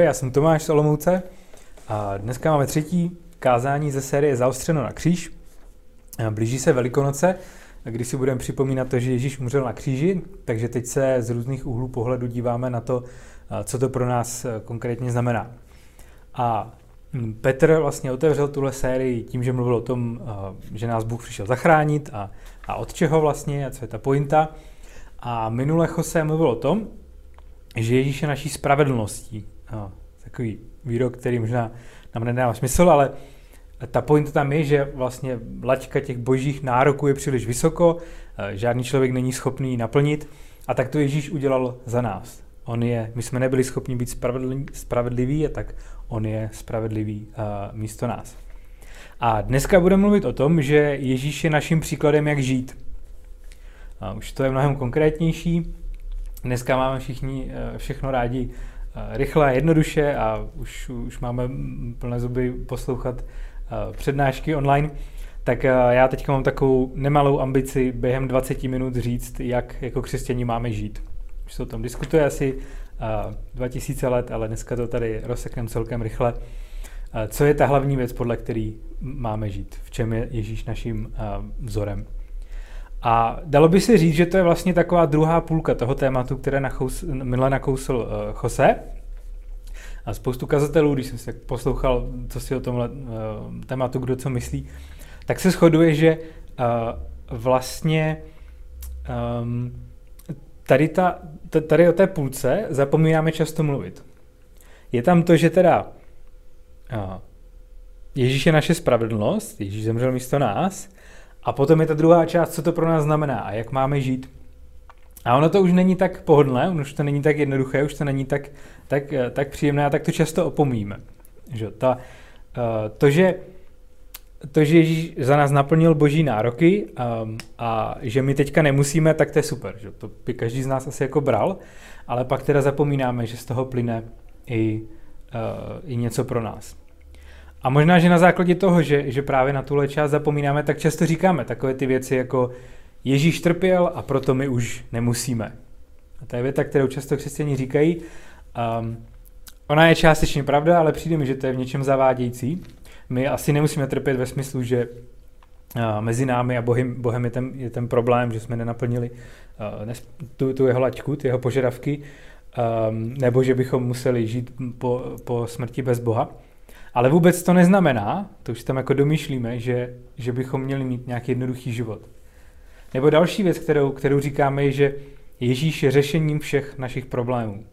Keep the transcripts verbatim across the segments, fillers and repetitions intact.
Ahoj, já jsem Tomáš z Olomouce a dneska máme třetí kázání ze série Zaostřeno na kříž. Blíží se Velikonoce, kdy si budeme připomínat to, že Ježíš umřel na kříži, takže teď se z různých úhlů pohledu díváme na to, co to pro nás konkrétně znamená. A Petr vlastně otevřel tuhle sérii tím, že mluvil o tom, že nás Bůh přišel zachránit a, a od čeho vlastně, a co je ta pointa. A minule Jose mluvil o tom, že Ježíš je naší spravedlností. No, takový výrok, který možná nám nedává smysl, ale ta pointa tam je, že vlastně laťka těch božích nároků je příliš vysoko, žádný člověk není schopný ji naplnit a tak to Ježíš udělal za nás. On je, my jsme nebyli schopni být spravedliví, spravedliví a tak on je spravedlivý uh, místo nás. A dneska budeme mluvit o tom, že Ježíš je naším příkladem, jak žít. A už to je mnohem konkrétnější. Dneska máme všichni uh, všechno rádi uh, rychle a jednoduše a už, už máme plné zuby poslouchat uh, přednášky online. Tak uh, já teďka mám takovou nemalou ambici během dvacet minut říct, jak jako křesťani máme žít. Už se o tom diskutuje asi uh, dva tisíce let, ale dneska to tady rozsekneme celkem rychle. Uh, co je ta hlavní věc, podle který máme žít? V čem je Ježíš naším uh, vzorem? A dalo by se říct, že to je vlastně taková druhá půlka toho tématu, které nachous, minule nakousl uh, Jose. A spoustu kazatelů, když jsem se poslouchal, co si o tomhle uh, tématu, kdo co myslí, tak se shoduje, že uh, vlastně um, Tady, ta, tady o té půlce zapomínáme často mluvit. Je tam to, že teda Ježíš je naše spravedlnost, Ježíš zemřel místo nás, a potom je ta druhá část, co to pro nás znamená a jak máme žít. A ono to už není tak pohodlné, už to není tak jednoduché, už to není tak, tak, tak příjemné a tak to často opomíjíme. Že ta, to, že To, že Ježíš za nás naplnil boží nároky um, a že my teďka nemusíme, tak to je super. Že? To by každý z nás asi jako bral, ale pak teda zapomínáme, že z toho plyne i, uh, i něco pro nás. A možná, že na základě toho, že, že právě na tuhle část zapomínáme, tak často říkáme takové ty věci jako Ježíš trpěl a proto my už nemusíme. A to je věta, kterou často křesťané říkají. Um, ona je částečně pravda, ale přijde mi, že to je v něčem zavádějící. My asi nemusíme trpět ve smyslu, že mezi námi a Bohem, Bohem je, ten, je ten problém, že jsme nenaplnili tu, tu jeho laťku, ty jeho požadavky, nebo že bychom museli žít po, po smrti bez Boha. Ale vůbec to neznamená, to už tam jako domýšlíme, že, že bychom měli mít nějaký jednoduchý život. Nebo další věc, kterou, kterou říkáme, je, že Ježíš je řešením všech našich problémů.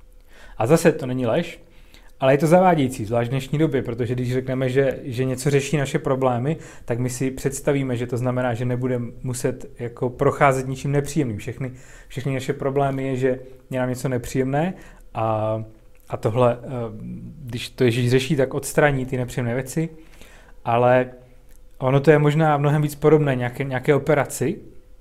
A zase to není lež, ale je to zavádějící, zvlášť v dnešní době, protože když řekneme, že, že něco řeší naše problémy, tak my si představíme, že to znamená, že nebudeme muset jako procházet ničím nepříjemným. Všechny, všechny naše problémy je, že je nám něco nepříjemné a, a tohle, když to Ježíš řeší, tak odstraní ty nepříjemné věci, ale ono to je možná mnohem víc podobné nějaké, nějaké operaci,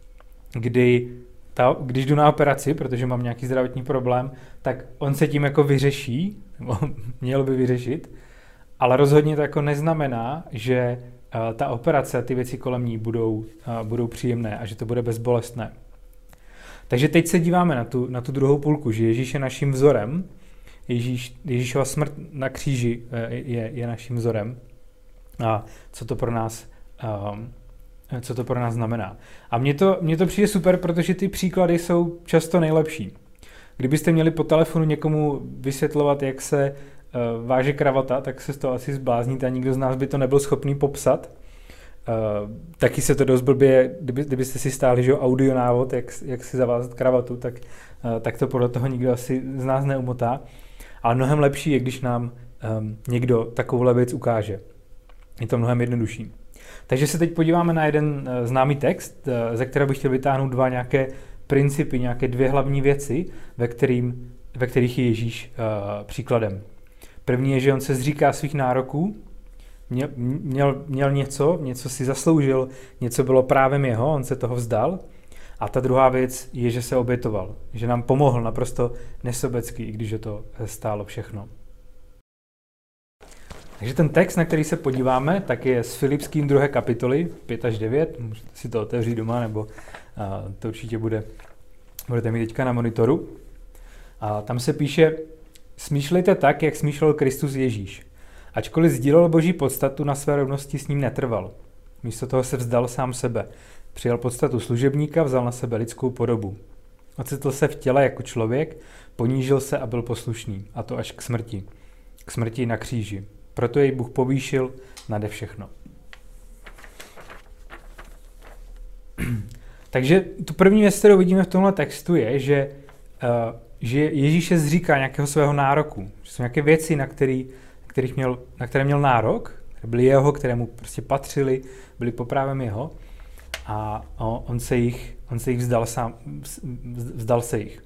kdy ta, když jdu na operaci, protože mám nějaký zdravotní problém, tak on se tím jako vyřeší, nebo měl by vyřešit, ale rozhodně to jako neznamená, že uh, ta operace a ty věci kolem ní budou, uh, budou příjemné a že to bude bezbolestné. Takže teď se díváme na tu, na tu druhou půlku, že Ježíš je naším vzorem, Ježíš, Ježíšova smrt na kříži uh, je, je naším vzorem a co to pro nás um, co to pro nás znamená. A mně to, mně to přijde super, protože ty příklady jsou často nejlepší. Kdybyste měli po telefonu někomu vysvětlovat, jak se uh, váže kravata, tak se z toho asi zblázníte a nikdo z nás by to nebyl schopný popsat. Uh, taky se to dost blbě, kdyby, kdybyste si stáhli že audio návod, jak, jak si zavázat kravatu, tak, uh, tak to podle toho nikdo asi z nás neumotá. Ale mnohem lepší je, když nám um, někdo takovouhle věc ukáže. Je to mnohem jednodušší. Takže se teď podíváme na jeden uh, známý text, uh, ze kterého bych chtěl vytáhnout dva nějaké principy, nějaké dvě hlavní věci, ve, kterým, ve kterých je Ježíš uh, příkladem. První je, že on se zříká svých nároků, měl, měl, měl něco, něco si zasloužil, něco bylo právem jeho, on se toho vzdal. A ta druhá věc je, že se obětoval, že nám pomohl naprosto nesobecky, i když je to stálo všechno. Takže ten text, na který se podíváme, tak je z Filipským druhé kapitoly, pět až devět, můžete si to otevřít doma, nebo uh, to určitě bude, budete mít teďka na monitoru. A tam se píše: Smýšlejte tak, jak smýšlel Kristus Ježíš. Ačkoliv sdílel Boží podstatu, na své rovnosti s ním netrval. Místo toho se vzdal sám sebe. Přijal podstatu služebníka, vzal na sebe lidskou podobu. Ocitl se v těle jako člověk, ponížil se a byl poslušný, a to až k smrti. K smrti na kříži. Proto jej Bůh povýšil nade všechno. Takže tu první věc, kterou vidíme v tomhle textu, je, že, uh, že Ježíš se zříká nějakého svého nároku. Že jsou nějaké věci, na, který, kterých měl, na které měl nárok, které byly jeho, které mu prostě patřily, byly po právem jeho, a on se jich, on se jich vzdal, sám, vzdal se jich.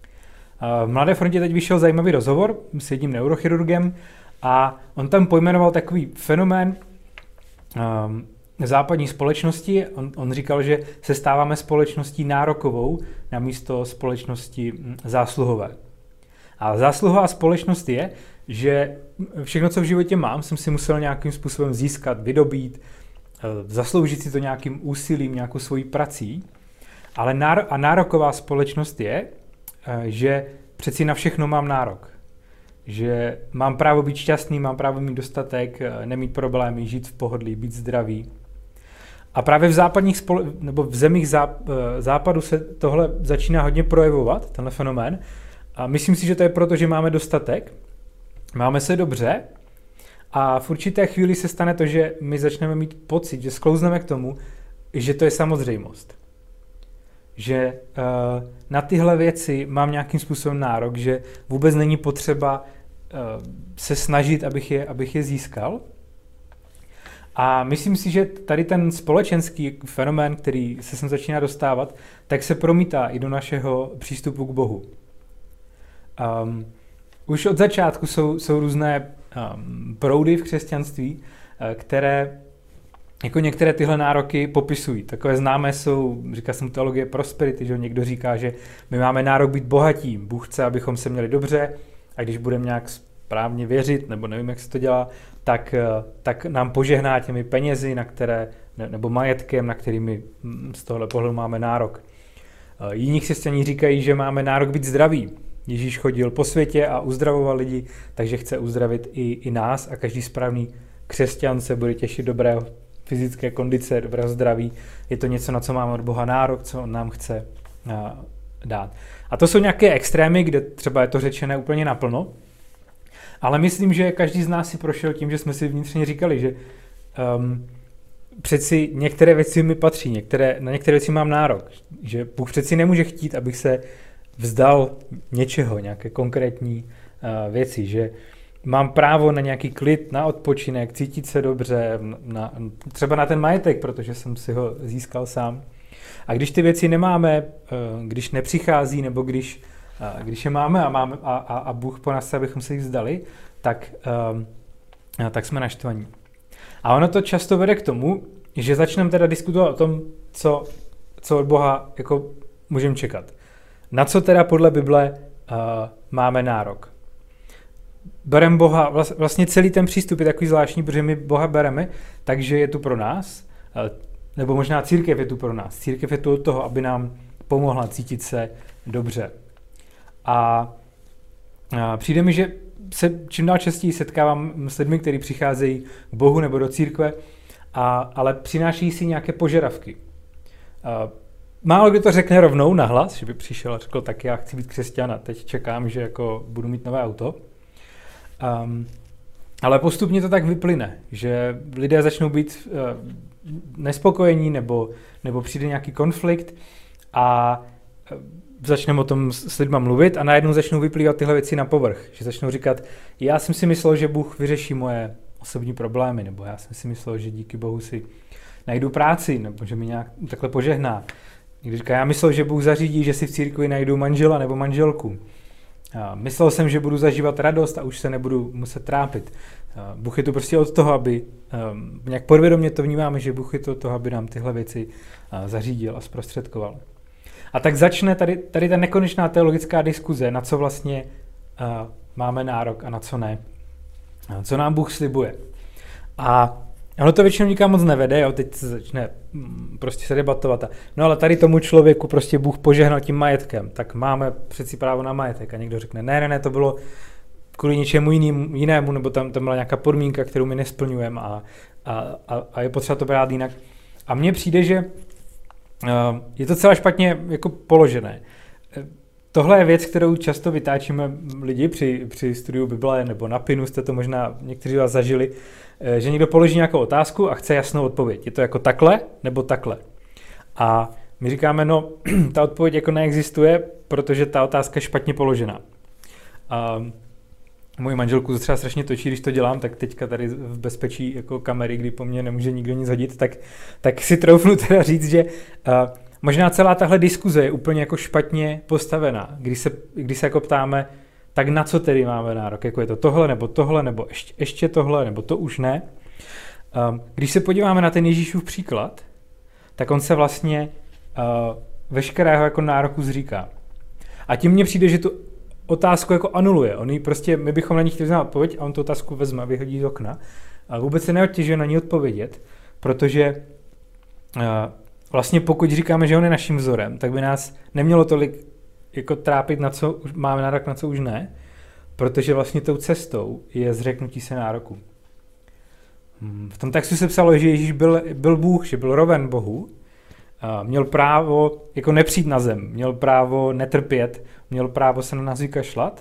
V Mladé frontě teď vyšel zajímavý rozhovor s jedním neurochirurgem a on tam pojmenoval takový fenomén um, západní společnosti. On, on říkal, že se stáváme společností nárokovou namísto společnosti zásluhové. A zásluhová společnost je, že všechno, co v životě mám, jsem si musel nějakým způsobem získat, vydobít, zasloužit si to nějakým úsilím, nějakou svojí prací. Ale náro- a nároková společnost je, že přeci na všechno mám nárok. Že mám právo být šťastný, mám právo mít dostatek, nemít problémy, žít v pohodlí, být zdravý. A právě v západních spole- nebo v zemích záp- západu se tohle začíná hodně projevovat, tenhle fenomén. A myslím si, že to je proto, že máme dostatek, máme se dobře a v určité chvíli se stane to, že my začneme mít pocit, že sklouzneme k tomu, že to je samozřejmost. Že uh, na tyhle věci mám nějakým způsobem nárok, že vůbec není potřeba uh, se snažit, abych je, abych je získal. A myslím si, že tady ten společenský fenomén, který se sem začíná dostávat, tak se promítá i do našeho přístupu k Bohu. Um, už od začátku jsou, jsou různé um, proudy v křesťanství, uh, které jako některé tyhle nároky popisují. Takové známé jsou, říká se mu teologie prosperity, že někdo říká, že my máme nárok být bohatí. Bůh chce, abychom se měli dobře, a když budeme nějak správně věřit, nebo nevím, jak se to dělá, tak, tak nám požehná těmi penězi, na které, nebo majetkem, na kterými z tohle pohledu máme nárok. Jiní křesťané říkají, že máme nárok být zdraví. Ježíš chodil po světě a uzdravoval lidi, takže chce uzdravit i, i nás a každý správný křesťan se bude těšit dobrého fyzické kondice, dobrého zdraví. Je to něco, na co máme od Boha nárok, co on nám chce uh, dát. A to jsou nějaké extrémy, kde třeba je to řečené úplně naplno, ale myslím, že každý z nás si prošel tím, že jsme si vnitřně říkali, že um, přeci některé věci mi patří, některé, na některé věci mám nárok, že Bůh přeci nemůže chtít, abych se vzdal něčeho, nějaké konkrétní uh, věci, že mám právo na nějaký klid, na odpočinek, cítit se dobře, na, třeba na ten majetek, protože jsem si ho získal sám. A když ty věci nemáme, když nepřichází, nebo když, když je máme a, máme a, a, a Bůh po nás chce, abychom se jich vzdali, tak, tak jsme naštvaní. A ono to často vede k tomu, že začneme teda diskutovat o tom, co, co od Boha jako můžeme čekat. Na co teda podle Bible uh, máme nárok. Bereme Boha, vlastně celý ten přístup je takový zvláštní, protože my Boha bereme, takže je tu pro nás, nebo možná církev je tu pro nás. Církev je tu od toho, aby nám pomohla cítit se dobře. A, a přijde mi, že se čím dál častěji setkávám s lidmi, kteří přicházejí k Bohu nebo do církve, a, ale přináší si nějaké požadavky. A málo kdo to řekne rovnou nahlas, že by přišel a řekl, tak já chci být křesťan a teď čekám, že jako budu mít nové auto. Um, ale postupně to tak vyplyne, že lidé začnou být uh, nespokojení nebo, nebo přijde nějaký konflikt a uh, začneme o tom s, s lidma mluvit a najednou začnou vyplývat tyhle věci na povrch. Že začnou říkat, já jsem si myslel, že Bůh vyřeší moje osobní problémy, nebo já jsem si myslel, že díky Bohu si najdu práci, nebo že mi nějak takhle požehná. Někdo říká, já myslel, že Bůh zařídí, že si v církvi najdu manžela nebo manželku. Myslel jsem, že budu zažívat radost a už se nebudu muset trápit. Bůh je tu prostě od toho, aby um, nějak podvědomě to vnímáme, že Bůh je to od toho, aby nám tyhle věci uh, zařídil a zprostředkoval. A tak začne tady, tady ta nekonečná teologická diskuze, na co vlastně uh, máme nárok a na co ne. Uh, co nám Bůh slibuje. A ono to většinou nikam moc nevede, jo? Teď se začne mm, prostě se debatovat. A, no ale tady tomu člověku prostě Bůh požehnal tím majetkem, tak máme přeci právo na majetek. A někdo řekne, ne, ne, ne, to bylo kvůli něčemu jiným, jinému, nebo tam, tam byla nějaká podmínka, kterou my nesplňujeme a, a, a, a je potřeba to brát jinak. A mně přijde, že uh, je to celé špatně jako položené. Tohle je věc, kterou často vytáčíme lidi při, při studiu Bible, nebo na Pinu jste to možná někteří vás zažili, že někdo položí nějakou otázku a chce jasnou odpověď. Je to jako takhle nebo takhle. A my říkáme, no, ta odpověď jako neexistuje, protože ta otázka je špatně položená. A moji manželku to třeba strašně točí, když to dělám, tak teďka tady v bezpečí jako kamery, kdy po mně nemůže nikdo nic hodit, tak, tak si troufnu teda říct, že uh, možná celá tahle diskuze je úplně jako špatně postavená, když se, když se jako ptáme, tak na co tedy máme nárok, jako je to tohle, nebo tohle, nebo ještě, ještě tohle, nebo to už ne. Um, když se podíváme na ten Ježíšův příklad, tak on se vlastně uh, veškerého jako nároku zříká. A tím mně přijde, že tu otázku jako anuluje. On jí prostě, my bychom na ní chtěli znát odpověď a on tu otázku vezme a vyhodí z okna. A vůbec se neobtěžuje na ní odpovědět, protože uh, vlastně pokud říkáme, že on je naším vzorem, tak by nás nemělo tolik jako trápit, na co máme nárok, na co už ne, protože vlastně tou cestou je zřeknutí se nároku. V tom textu se psalo, že Ježíš byl, byl Bůh, že byl roven Bohu, měl právo jako nepřijít na zem, měl právo netrpět, měl právo se na nás vykašlat,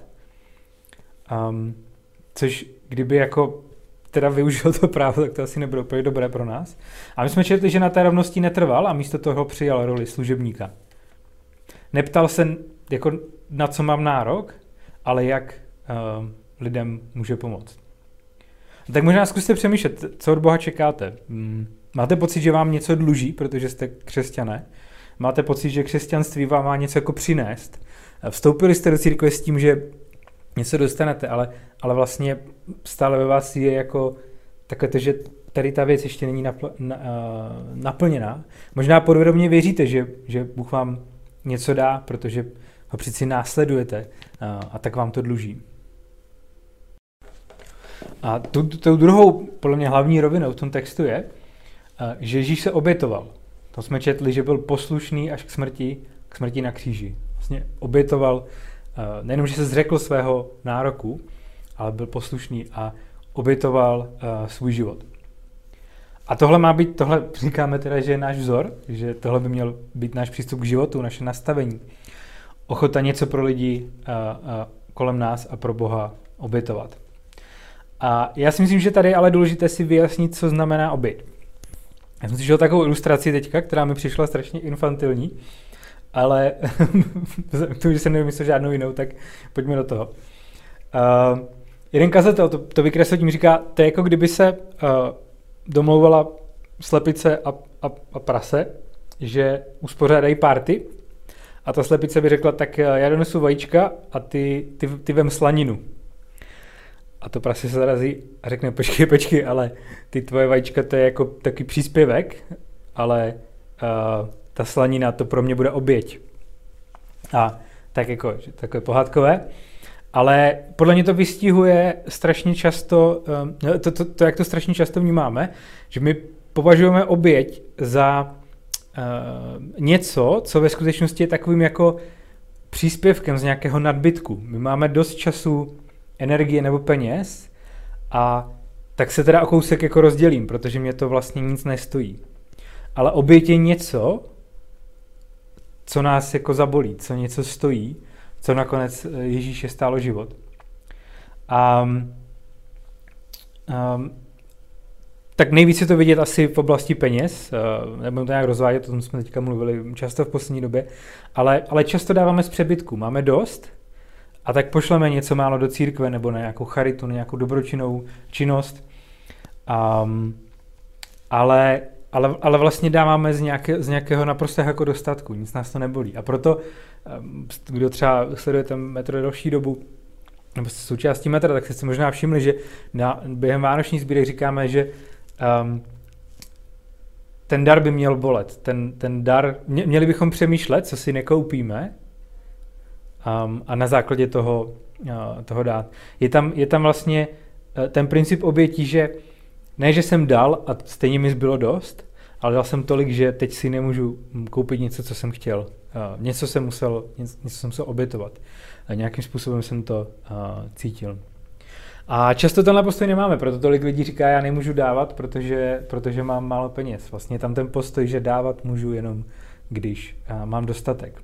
um, což kdyby jako teda využil to právo, tak to asi nebylo úplně dobré pro nás. A my jsme četli, že na té rovnosti netrval a místo toho přijal roli služebníka. Neptal se, jako na co mám nárok, ale jak uh, lidem může pomoct. Tak možná zkuste přemýšlet, co od Boha čekáte. Hmm. Máte pocit, že vám něco dluží, protože jste křesťané? Máte pocit, že křesťanství vám má něco jako přinést? Vstoupili jste do církve s tím, že něco dostanete, ale, ale vlastně stále ve vás je jako takové to, že tady ta věc ještě není napl- na, uh, naplněná. Možná podvědomě věříte, že, že Bůh vám něco dá, protože ho přeci následujete uh, a tak vám to dluží. A tou, tou druhou, podle mě hlavní rovinou v tom textu je, uh, že Ježíš se obětoval. To jsme četli, že byl poslušný až k smrti, k smrti na kříži. Vlastně obětoval, uh, nejenom, že se zřekl svého nároku, ale byl poslušný a obětoval uh, svůj život. A tohle má být, tohle říkáme teda, že je náš vzor, že tohle by měl být náš přístup k životu, naše nastavení. Ochota něco pro lidi uh, uh, kolem nás a pro Boha obětovat. A já si myslím, že tady je ale důležité si vyjasnit, co znamená oběť. Já jsem si šel takovou ilustraci teďka, která mi přišla strašně infantilní, ale k tomu, že jsem nevymyslel žádnou jinou, tak pojďme do toho. Uh, jeden kazatel to, to vykreslil tím, říká, to je jako kdyby se uh, domlouvala slepice a, a, a prase, že uspořádají party a ta slepice by řekla, tak já donesu vajíčka a ty, ty, ty vem slaninu. A to prase se zarazí a řekne, počkej, počkej, ale ty tvoje vajíčka to je jako takový příspěvek, ale uh, ta slanina to pro mě bude oběť. A tak jako, takové pohádkové. Ale podle mě to vystihuje strašně často, um, to, to, to, jak to strašně často vnímáme, že my považujeme oběť za uh, něco, co ve skutečnosti je takovým jako příspěvkem z nějakého nadbytku. My máme dost času, energie nebo peněz a tak se teda o kousek jako rozdělím, protože mě to vlastně nic nestojí. Ale oběť je něco, co nás jako zabolí, co něco stojí, co nakonec Ježíše stálo život. Um, um, tak nejvíce to vidět asi v oblasti peněz, uh, nebudeme to nějak rozvádět, o tom jsme teďka mluvili často v poslední době, ale, ale často dáváme z přebytku. Máme dost a tak pošleme něco málo do církve nebo na nějakou charitu, na nějakou dobročinnou činnost. Um, ale, ale, ale vlastně dáváme z, nějaké, z nějakého naprostého jako dostatku, nic nás to nebolí. A proto, um, kdo třeba sledujete metro delší dobu, nebo jste součástí metra, tak jste si možná všimli, že na, během vánočních sbírek říkáme, že um, ten dar by měl bolet. Ten, ten dar, mě, měli bychom přemýšlet, co si nekoupíme, Um, a na základě toho, uh, toho dát. Je tam, je tam vlastně uh, ten princip obětí, že ne, že jsem dal a stejně mi zbylo dost, ale dal jsem tolik, že teď si nemůžu koupit něco, co jsem chtěl. Uh, něco jsem musel, něco, něco jsem musel obětovat. Uh, nějakým způsobem jsem to uh, cítil. A často tenhle postoj nemáme, proto tolik lidí říká, já nemůžu dávat, protože, protože mám málo peněz. Vlastně tam ten postoj, že dávat můžu jenom, když mám dostatek.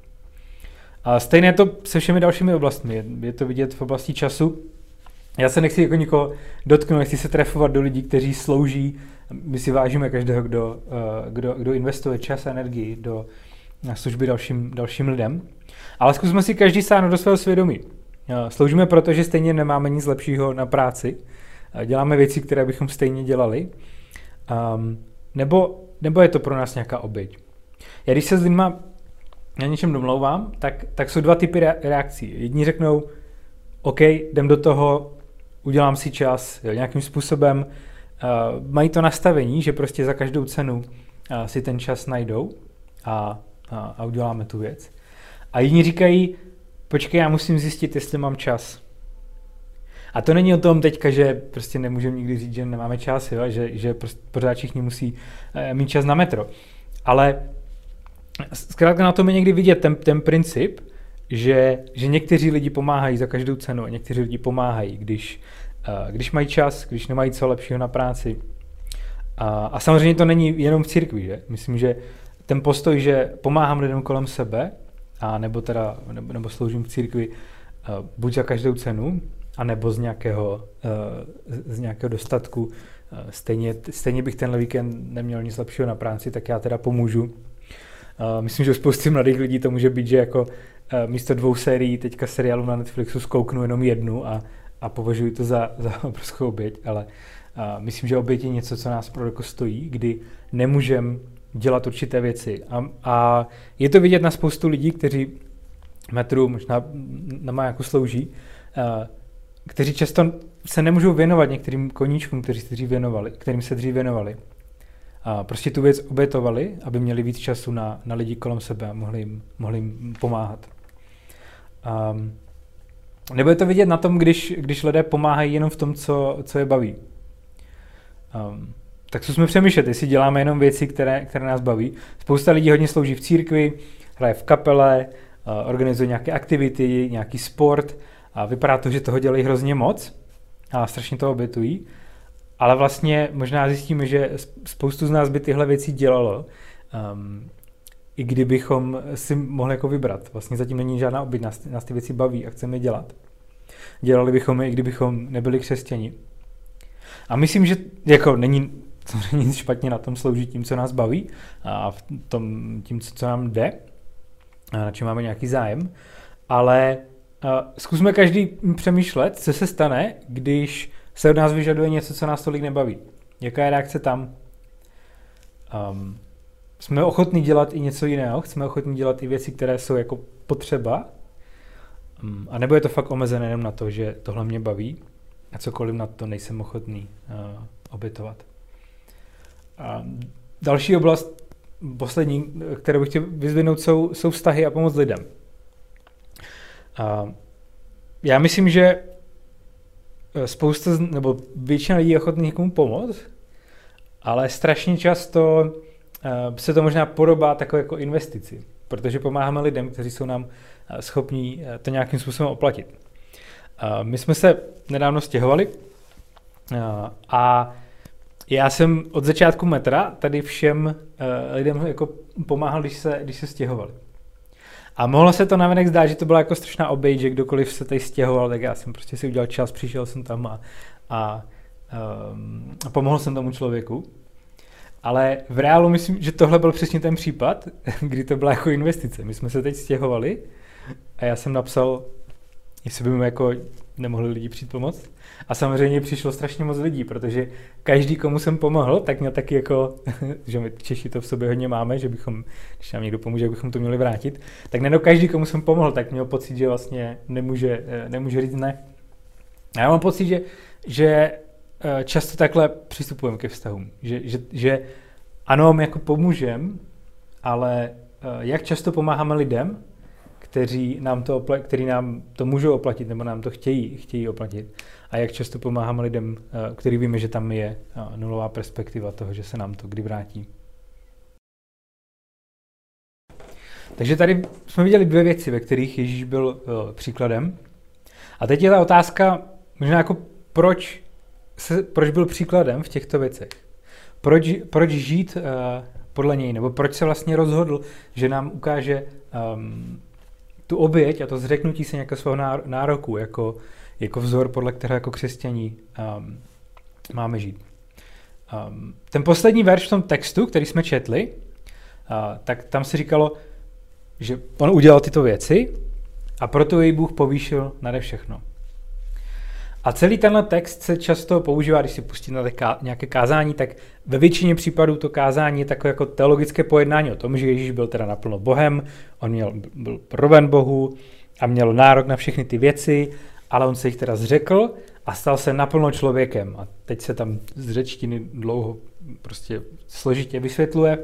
A stejně je to se všemi dalšími oblastmi. Je to vidět v oblasti času. Já se nechci jako nikoho dotknout, nechci se trefovat do lidí, kteří slouží. My si vážíme každého, kdo, kdo, kdo investuje čas a energii do služby dalším, dalším lidem. Ale zkusme si každý sáhnout do svého svědomí. Sloužíme proto, že stejně nemáme nic lepšího na práci. Děláme věci, které bychom stejně dělali. Um, nebo, nebo je to pro nás nějaká oběť. Já když se s lidma na něčem domlouvám, tak, tak jsou dva typy reakcí. Jedni řeknou, OK, jdem do toho, udělám si čas, jo, nějakým způsobem. Uh, mají to nastavení, že prostě za každou cenu uh, si ten čas najdou a, a, a uděláme tu věc. A jiní říkají, počkej, já musím zjistit, jestli mám čas. A to není o tom teďka, že prostě nemůžeme nikdy říct, že nemáme čas, jo? Že, že pořád všichni musí uh, mít čas na metro. Ale zkrátka na tom je někdy vidět ten, ten princip, že, že někteří lidi pomáhají za každou cenu a někteří lidi pomáhají, když, uh, když mají čas, když nemají co lepšího na práci. A, a samozřejmě to není jenom v církvi, že? Myslím, že ten postoj, že pomáhám lidem kolem sebe, a nebo teda, nebo, nebo sloužím v církvi uh, buď za každou cenu, anebo z nějakého, uh, z nějakého dostatku. Uh, stejně, stejně bych tenhle víkend neměl nic lepšího na práci, tak já teda pomůžu. Uh, myslím, že u spousty mladých lidí to může být, že jako uh, místo dvou sérií teďka seriálu na Netflixu zkouknu jenom jednu a, a považuji to za, za obrovskou oběť, ale uh, myslím, že oběť je něco, co nás proroko stojí, kdy nemůžeme dělat určité věci. A, a je to vidět na spoustu lidí, kteří metru možná na majáku slouží, uh, kteří často se nemůžou věnovat některým koníčkům, kteří se dřív věnovali, kterým se dřív věnovali. A prostě tu věc obětovali, aby měli víc času na, na lidi kolem sebe a mohli jim, mohli jim pomáhat. Um, nebo je to vidět na tom, když, když lidé pomáhají jenom v tom, co, co je baví. Um, tak zkusme přemýšlet, jestli děláme jenom věci, které, které nás baví. Spousta lidí hodně slouží v církvi, hraje v kapele, uh, organizuje nějaké aktivity, nějaký sport a vypadá to, že toho dělají hrozně moc a strašně to obětují. Ale vlastně možná zjistíme, že spoustu z nás by tyhle věci dělalo, um, i kdybychom si mohli jako vybrat. Vlastně zatím není žádná oběť, nás, nás ty věci baví a chceme dělat. Dělali bychom je, i kdybychom nebyli křesťani. A myslím, že jako není samozřejmě nic špatně na tom sloužit tím, co nás baví a v tom, tím, co nám jde, a na čem máme nějaký zájem. Ale uh, zkusme každý přemýšlet, co se stane, když se od nás vyžaduje něco, co nás tolik nebaví. Jaká je reakce tam? Um, jsme ochotní dělat i něco jiného? Jsme ochotní dělat i věci, které jsou jako potřeba? Um, a nebo je to fakt omezené jenom na to, že tohle mě baví a cokoliv na to nejsem ochotný uh, obětovat? Um, další oblast, poslední, kterou bych chtěl vyzvinout, jsou, jsou vztahy a pomoc lidem. Um, já myslím, že spousta, nebo většina lidí je ochotný někomu pomoct, ale strašně často uh, se to možná podobá takové jako investici, protože pomáháme lidem, kteří jsou nám uh, schopní uh, to nějakým způsobem oplatit. Uh, my jsme se nedávno stěhovali uh, a já jsem od začátku metra tady všem uh, lidem jako pomáhal, když se, když se stěhovali. A mohlo se to navenek zdát, že to byla jako strašná oběť, že kdokoliv se tady stěhoval, tak já jsem prostě si udělal čas, přišel jsem tam a, a, um, a pomohl jsem tomu člověku. Ale v reálu myslím, že tohle byl přesně ten případ, kdy to byla jako investice. My jsme se teď stěhovali a já jsem napsal, jestli by mi jako nemohli lidi přijít pomoct. A samozřejmě přišlo strašně moc lidí, protože každý, komu jsem pomohl, tak měl taky jako, že my Češi to v sobě hodně máme, že bychom, když nám někdo pomůže, bychom to měli vrátit, tak ne každý, komu jsem pomohl, tak měl pocit, že vlastně nemůže, nemůže říct ne. A já mám pocit, že, že často takhle přistupujeme ke vztahům, že, že, že ano, my jako pomůžeme, ale jak často pomáháme lidem, kteří nám to, opla- který nám to můžou oplatit, nebo nám to chtějí, chtějí oplatit. A jak často pomáháme lidem, který víme, že tam je nulová perspektiva toho, že se nám to kdy vrátí. Takže tady jsme viděli dvě věci, ve kterých Ježíš byl uh, příkladem. A teď je ta otázka možná jako proč, se, proč byl příkladem v těchto věcech. Proč, proč žít uh, podle něj, nebo proč se vlastně rozhodl, že nám ukáže um, tu oběť a to zřeknutí se nějakého svého nároku jako, jako vzor, podle kterého jako křesťaní um, máme žít. Um, ten poslední verš v tom textu, který jsme četli, uh, tak tam se říkalo, že on udělal tyto věci a proto jej Bůh povýšil nade všechno. A celý tenhle text se často používá, když si pustíte nějaké kázání, tak ve většině případů to kázání je takové jako teologické pojednání o tom, že Ježíš byl teda naplno Bohem, on měl, byl roven Bohu a měl nárok na všechny ty věci, ale on se jich teda zřekl a stal se naplno člověkem. A teď se tam z řečtiny dlouho prostě složitě vysvětluje,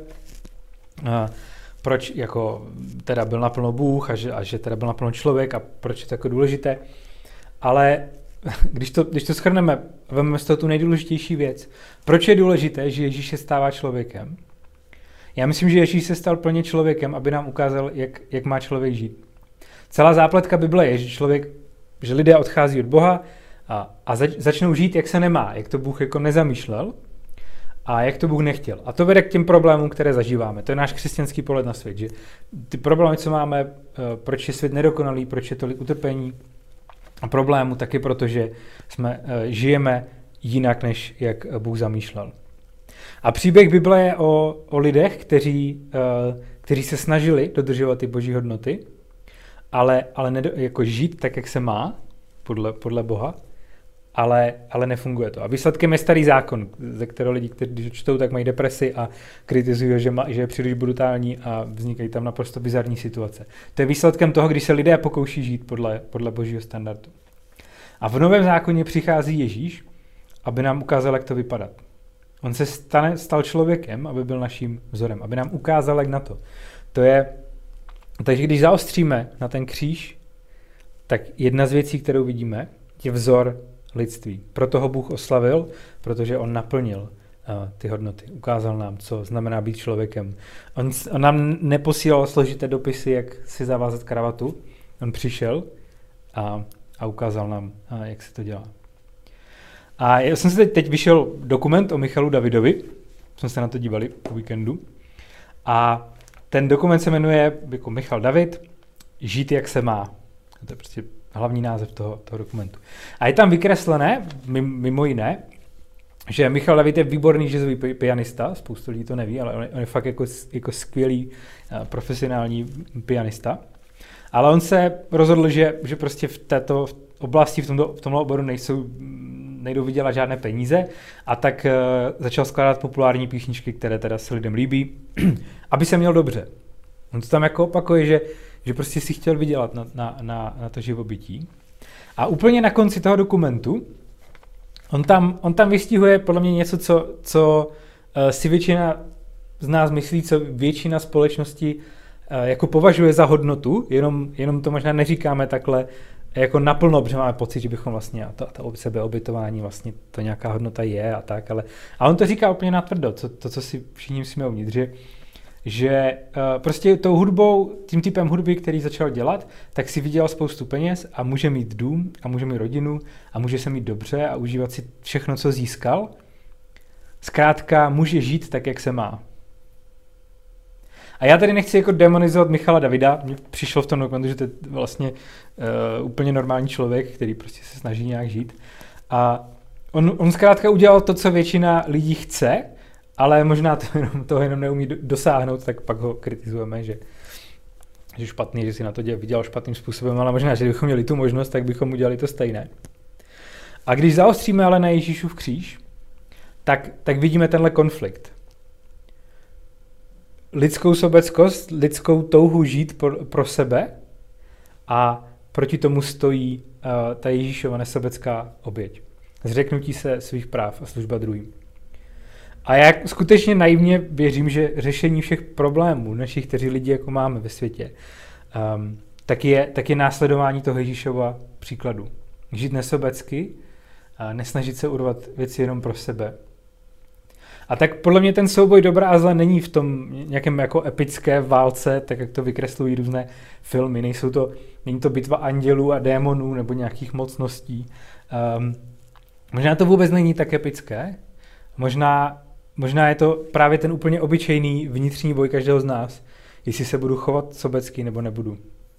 a proč jako teda byl naplno Bůh a že, a že teda byl naplno člověk a proč je to jako důležité. Ale když to, když to shrneme, vezmeme z toho tu nejdůležitější věc. Proč je důležité, že Ježíš se stává člověkem? Já myslím, že Ježíš se stal plně člověkem, aby nám ukázal, jak, jak má člověk žít. Celá zápletka Bible je, že člověk, že lidé odchází od Boha a, a zač, začnou žít, jak se nemá, jak to Bůh jako nezamýšlel a jak to Bůh nechtěl. A to vede k těm problémům, které zažíváme. To je náš křesťanský pohled na svět, že ty problémy, co máme, proč je svět nedokonalý, proč je tolik utrpení a problémů, taky protože jsme, žijeme jinak, než jak Bůh zamýšlel. A příběh Bible je o, o lidech, kteří, kteří se snažili dodržovat ty boží hodnoty, ale, ale nedo, jako žít tak, jak se má, podle, podle Boha, ale, ale nefunguje to. A výsledkem je starý zákon, ze kterého lidi, kteří když čtou, tak mají depresi a kritizují, že, má, že je příliš brutální a vznikají tam naprosto bizarní situace. To je výsledkem toho, když se lidé pokouší žít podle, podle božího standardu. A v Novém zákoně přichází Ježíš, aby nám ukázal, jak to vypadat. On se stane, stal člověkem, aby byl naším vzorem, aby nám ukázal, jak na to. To je, takže když zaostříme na ten kříž, tak jedna z věcí, kterou vidíme, je vzor lidství. Proto ho Bůh oslavil, protože on naplnil uh, ty hodnoty. Ukázal nám, co znamená být člověkem. On, on nám neposílal složité dopisy, jak si zavázat kravatu. On přišel a, a ukázal nám, uh, jak se to dělá. A já jsem si teď, teď vyšel dokument o Michalu Davidovi, jsme se na to dívali po víkendu. A ten dokument se jmenuje jako Michal David, žít jak se má. To je prostě hlavní název toho, toho dokumentu. A je tam vykreslené, mimo jiné, že Michal David je výborný jazzový pianista, spoustu lidí to neví, ale on je, on je fakt jako, jako skvělý uh, profesionální pianista. Ale on se rozhodl, že, že prostě v této oblasti, v tomto, v tomto oboru nejsou, nejdou vydělat žádné peníze a tak uh, začal skládat populární písničky, které teda se lidem líbí, aby se měl dobře. On to tam jako opakuje, že že prostě si chtěl vydělat na, na, na, na to živobytí. A úplně na konci toho dokumentu on tam, on tam vystihuje podle mě něco, co, co uh, si většina z nás myslí, co většina společnosti uh, jako považuje za hodnotu, jenom, jenom to možná neříkáme takhle jako naplno, protože máme pocit, že bychom vlastně, a to, to sebeobětování vlastně to nějaká hodnota je a tak, ale a on to říká úplně natvrdo, to, to co si všichni musíme uvnitř, že že uh, prostě tou hudbou, tím typem hudby, který začal dělat, tak si vydělal spoustu peněz a může mít dům a může mít rodinu a může se mít dobře a užívat si všechno, co získal. Zkrátka může žít tak, jak se má. A já tady nechci jako demonizovat Michala Davida, mně přišlo v tom dokumentu, že to je vlastně uh, úplně normální člověk, který prostě se snaží nějak žít. A on, on zkrátka udělal to, co většina lidí chce, ale možná to jenom, toho jenom neumí dosáhnout, tak pak ho kritizujeme, že, že špatný, že si na to vydělal špatným způsobem, ale možná, že kdybychom měli tu možnost, tak bychom udělali to stejné. A když zaostříme ale na Ježíšův kříž, tak, tak vidíme tenhle konflikt. Lidskou sobeckost, lidskou touhu žít pro, pro sebe a proti tomu stojí uh, ta Ježíšova nesobecká oběť. Zřeknutí se svých práv a služba druhým. A já skutečně naivně věřím, že řešení všech problémů našich, kteří lidi jako máme ve světě, um, tak, je, tak je následování toho Ježíšova příkladu. Žít nesobecky, a nesnažit se urvat věci jenom pro sebe. A tak podle mě ten souboj dobra a zla není v tom nějakém jako epické válce, tak jak to vykreslují různé filmy. Nejsou to, není to bitva andělů a démonů nebo nějakých mocností. Um, Možná to vůbec není tak epické, možná, možná je to právě ten úplně obyčejný vnitřní boj každého z nás, jestli se budu chovat sobecky nebo nebudu.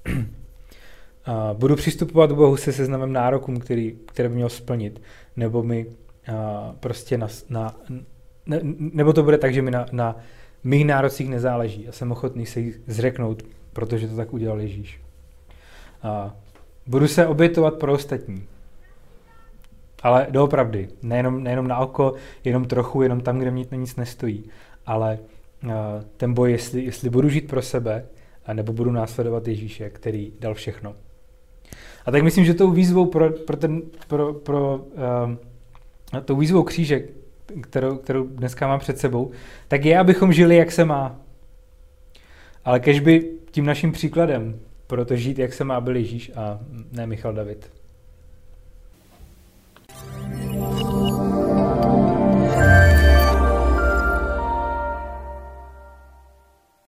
Budu přistupovat k Bohu se seznamem nárokům, který, které by měl splnit, nebo mi prostě na, na, ne, nebo to bude tak, že mi na, na mých nárocích nezáleží a jsem ochotný se jich zřeknout, protože to tak udělal Ježíš. Budu se obětovat pro ostatní. Ale doopravdy, nejenom, nejenom na oko, jenom trochu, jenom tam, kde mě to nic nestojí, ale uh, ten boj, jestli, jestli budu žít pro sebe, nebo budu následovat Ježíše, který dal všechno. A tak myslím, že tou výzvou pro, pro ten, pro, pro uh, tou výzvou kříže, kterou, kterou dneska mám před sebou, tak je, abychom žili, jak se má. Ale kež by tím naším příkladem pro to žít, jak se má, byl Ježíš a ne Michal David.